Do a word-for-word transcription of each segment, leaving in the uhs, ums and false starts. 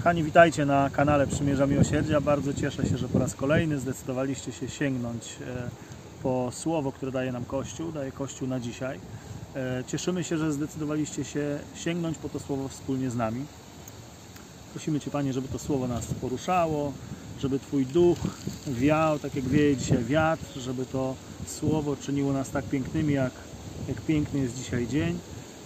Kochani, witajcie na kanale Przymierza Miłosierdzia. Bardzo cieszę się, że po raz kolejny zdecydowaliście się sięgnąć po słowo, które daje nam Kościół, daje Kościół na dzisiaj. Cieszymy się, że zdecydowaliście się sięgnąć po to słowo wspólnie z nami. Prosimy Cię, Panie, żeby to słowo nas poruszało, żeby Twój duch wiał, tak jak wieje dzisiaj wiatr, żeby to słowo czyniło nas tak pięknymi, jak, jak piękny jest dzisiaj dzień.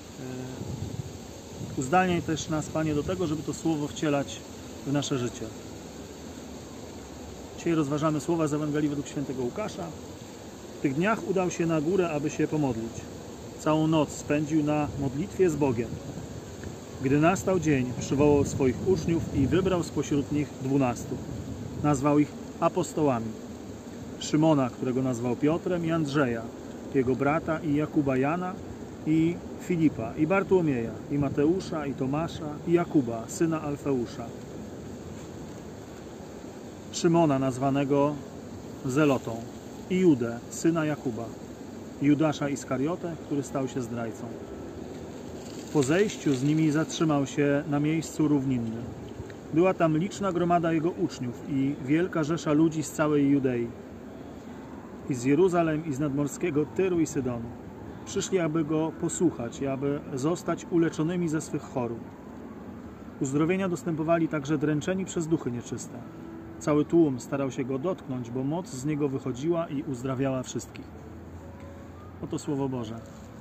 Uzdalniaj też nas, Panie, do tego, żeby to słowo wcielać w nasze życie. Dzisiaj rozważamy słowa z Ewangelii według świętego Łukasza. W tych dniach udał się na górę, aby się pomodlić. Całą noc spędził na modlitwie z Bogiem. Gdy nastał dzień, przywołał swoich uczniów i wybrał spośród nich dwunastu. Nazwał ich apostołami. Szymona, którego nazwał Piotrem, i Andrzeja, jego brata, i Jakuba, Jana, i Filipa, i Bartłomieja, i Mateusza, i Tomasza, i Jakuba, syna Alfeusza. Szymona, nazwanego Zelotą, i Judę, syna Jakuba, Judasza Iskariotę, który stał się zdrajcą. Po zejściu z nimi zatrzymał się na miejscu równinnym. Była tam liczna gromada jego uczniów i wielka rzesza ludzi z całej Judei, i z Jeruzalem, i z nadmorskiego Tyru i Sydonu. Przyszli, aby go posłuchać i aby zostać uleczonymi ze swych chorób. Uzdrowienia dostępowali także dręczeni przez duchy nieczyste. Cały tłum starał się go dotknąć, bo moc z niego wychodziła i uzdrawiała wszystkich. Oto Słowo Boże.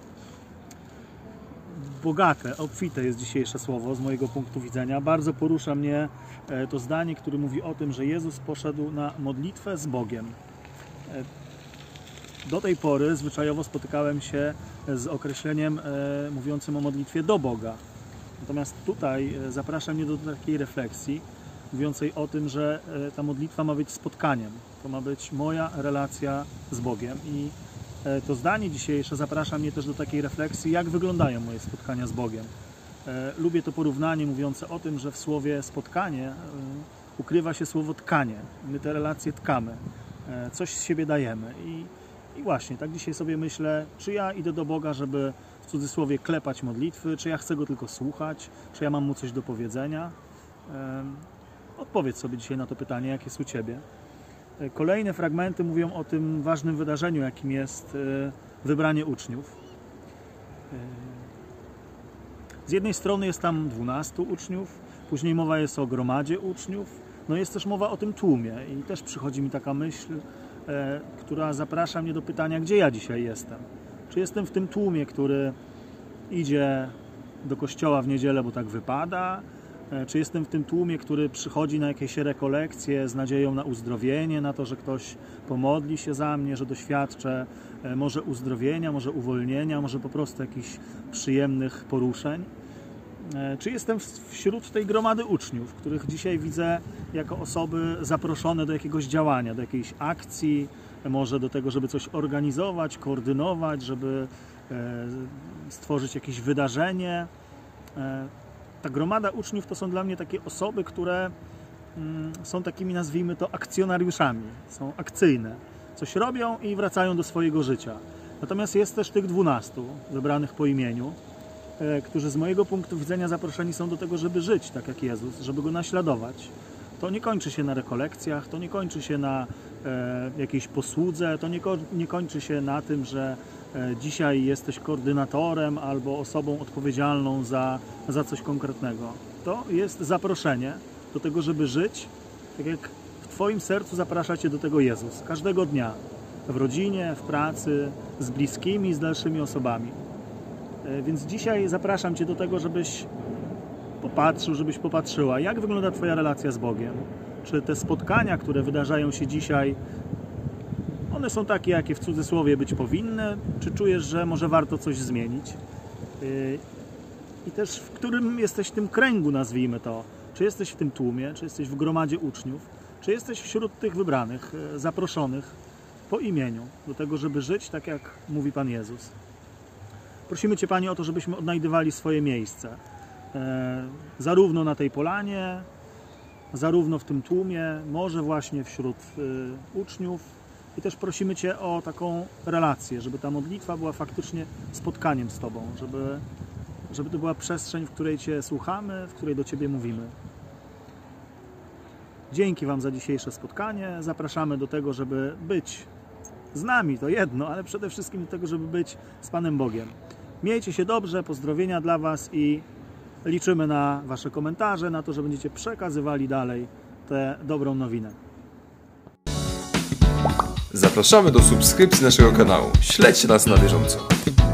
Bogate, obfite jest dzisiejsze słowo z mojego punktu widzenia. Bardzo porusza mnie to zdanie, które mówi o tym, że Jezus poszedł na modlitwę z Bogiem. Do tej pory zwyczajowo spotykałem się z określeniem e, mówiącym o modlitwie do Boga. Natomiast tutaj zaprasza mnie do takiej refleksji, mówiącej o tym, że e, ta modlitwa ma być spotkaniem. To ma być moja relacja z Bogiem. I e, to zdanie dzisiejsze zaprasza mnie też do takiej refleksji, jak wyglądają moje spotkania z Bogiem. E, lubię to porównanie mówiące o tym, że w słowie spotkanie e, ukrywa się słowo tkanie. My te relacje tkamy. E, coś z siebie dajemy. I I właśnie, tak dzisiaj sobie myślę, czy ja idę do Boga, żeby w cudzysłowie klepać modlitwy, czy ja chcę Go tylko słuchać, czy ja mam Mu coś do powiedzenia. Odpowiedz sobie dzisiaj na to pytanie, jak jest u Ciebie. Kolejne fragmenty mówią o tym ważnym wydarzeniu, jakim jest wybranie uczniów. Z jednej strony jest tam dwunastu uczniów, później mowa jest o gromadzie uczniów, no jest też mowa o tym tłumie i też przychodzi mi taka myśl, która zaprasza mnie do pytania, gdzie ja dzisiaj jestem. Czy jestem w tym tłumie, który idzie do kościoła w niedzielę, bo tak wypada? Czy jestem w tym tłumie, który przychodzi na jakieś rekolekcje z nadzieją na uzdrowienie, na to, że ktoś pomodli się za mnie, że doświadczę może uzdrowienia, może uwolnienia, może po prostu jakichś przyjemnych poruszeń? Czy jestem wśród tej gromady uczniów, których dzisiaj widzę jako osoby zaproszone do jakiegoś działania, do jakiejś akcji, może do tego, żeby coś organizować, koordynować, żeby stworzyć jakieś wydarzenie. Ta gromada uczniów to są dla mnie takie osoby, które są takimi, nazwijmy to, akcjonariuszami, są akcyjne. Coś robią i wracają do swojego życia. Natomiast jest też tych dwunastu wybranych po imieniu, którzy z mojego punktu widzenia zaproszeni są do tego, żeby żyć tak jak Jezus, żeby Go naśladować. To nie kończy się na rekolekcjach, to nie kończy się na e, jakiejś posłudze, to nie, ko nie kończy się na tym, że e, dzisiaj jesteś koordynatorem albo osobą odpowiedzialną za, za coś konkretnego. To jest zaproszenie do tego, żeby żyć tak jak w Twoim sercu zaprasza Cię do tego Jezus. Każdego dnia. W rodzinie, w pracy, z bliskimi, z dalszymi osobami. Więc dzisiaj zapraszam Cię do tego, żebyś popatrzył, żebyś popatrzyła, jak wygląda Twoja relacja z Bogiem. Czy te spotkania, które wydarzają się dzisiaj, one są takie, jakie w cudzysłowie być powinny? Czy czujesz, że może warto coś zmienić? I też w którym jesteś w tym kręgu, nazwijmy to. Czy jesteś w tym tłumie, czy jesteś w gromadzie uczniów, czy jesteś wśród tych wybranych, zaproszonych po imieniu do tego, żeby żyć tak, jak mówi Pan Jezus. Prosimy Cię, Panie, o to, żebyśmy odnajdywali swoje miejsce. E, zarówno na tej polanie, zarówno w tym tłumie, może właśnie wśród e, uczniów. I też prosimy Cię o taką relację, żeby ta modlitwa była faktycznie spotkaniem z Tobą, żeby, żeby to była przestrzeń, w której Cię słuchamy, w której do Ciebie mówimy. Dzięki Wam za dzisiejsze spotkanie. Zapraszamy do tego, żeby być z nami, to jedno, ale przede wszystkim do tego, żeby być z Panem Bogiem. Miejcie się dobrze, pozdrowienia dla Was i liczymy na Wasze komentarze, na to, że będziecie przekazywali dalej tę dobrą nowinę. Zapraszamy do subskrypcji naszego kanału. Śledźcie nas na bieżąco.